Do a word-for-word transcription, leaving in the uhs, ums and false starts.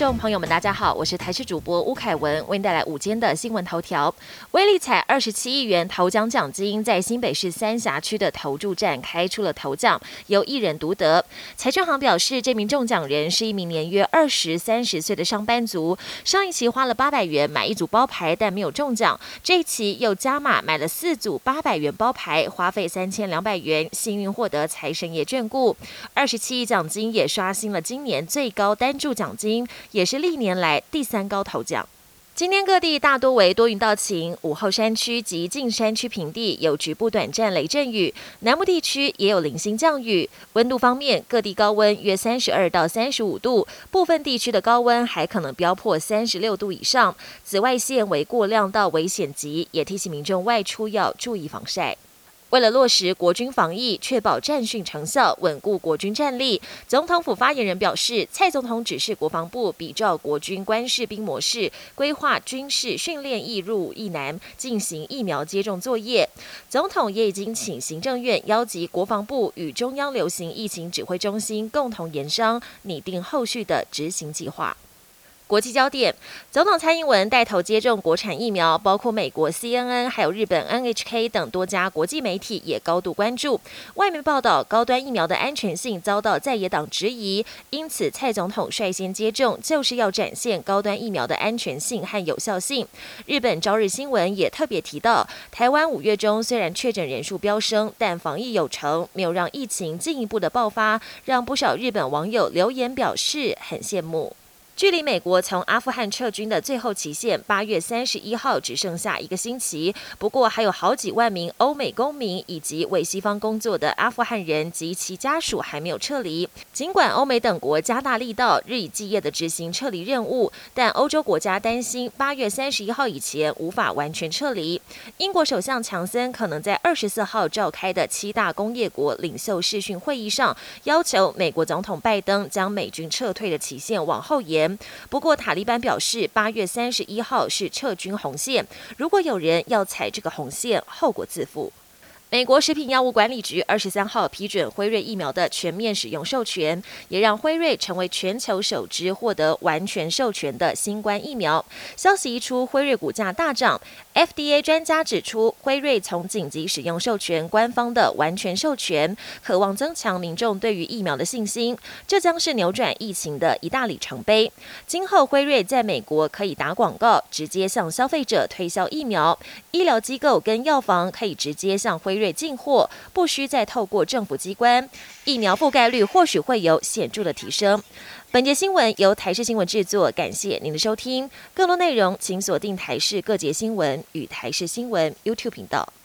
众朋友们，大家好，我是台视主播吴凯文，为您带来午间的新闻头条。威力彩二十七亿元头奖奖金在新北市三峡区的投注站开出了头奖，由一人独得。财政行表示，这名中奖人是一名年约二十三十岁的上班族，上一期花了八百元买一组包牌，但没有中奖，这一期又加码买了四组八百元包牌，花费三千两百元，幸运获得财神爷眷顾。二十七亿奖金也刷新了今年最高单注奖金，也是历年来第三高头奖。今天各地大多为多云到晴，午后山区及近山区平地有局部短暂雷阵雨，南部地区也有零星降雨。温度方面，各地高温约三十二到三十五度，部分地区的高温还可能飙破三十六度以上，紫外线为过量到危险级，也提醒民众外出要注意防晒。为了落实国军防疫，确保战训成效，稳固国军战力，总统府发言人表示，蔡总统指示国防部比照国军官士兵模式，规划军事训练易入易难，进行疫苗接种作业。总统也已经请行政院邀集国防部与中央流行疫情指挥中心共同研商，拟定后续的执行计划。国际焦点，总统蔡英文带头接种国产疫苗，包括美国 C N N 还有日本 N H K 等多家国际媒体也高度关注。外媒报道，高端疫苗的安全性遭到在野党质疑，因此蔡总统率先接种，就是要展现高端疫苗的安全性和有效性。日本朝日新闻也特别提到，台湾五月中虽然确诊人数飙升，但防疫有成，没有让疫情进一步的爆发，让不少日本网友留言表示很羡慕。距离美国从阿富汗撤军的最后期限八月三十一号只剩下一个星期，不过还有好几万名欧美公民以及为西方工作的阿富汗人及其家属还没有撤离。尽管欧美等国加大力道，日以继夜的执行撤离任务，但欧洲国家担心八月三十一号以前无法完全撤离。英国首相强森可能在二十四号召开的七大工业国领袖视讯会议上，要求美国总统拜登将美军撤退的期限往后延。不过，塔利班表示，八月三十一号是撤军红线，如果有人要踩这个红线，后果自负。美国食品药物管理局二十三号批准辉瑞疫苗的全面使用授权，也让辉瑞成为全球首支获得完全授权的新冠疫苗。消息一出，辉瑞股价大涨。F D A 专家指出，辉瑞从紧急使用授权官方的完全授权，渴望增强民众对于疫苗的信心，这将是扭转疫情的一大里程碑。今后辉瑞在美国可以打广告，直接向消费者推销疫苗，医疗机构跟药房可以直接向辉瑞进货，不需再透过政府机关，疫苗覆盖率或许会有显著的提升。本节新闻由台视新闻制作，感谢您的收听。更多内容请锁定台视各节新闻与台视新闻 YouTube 频道。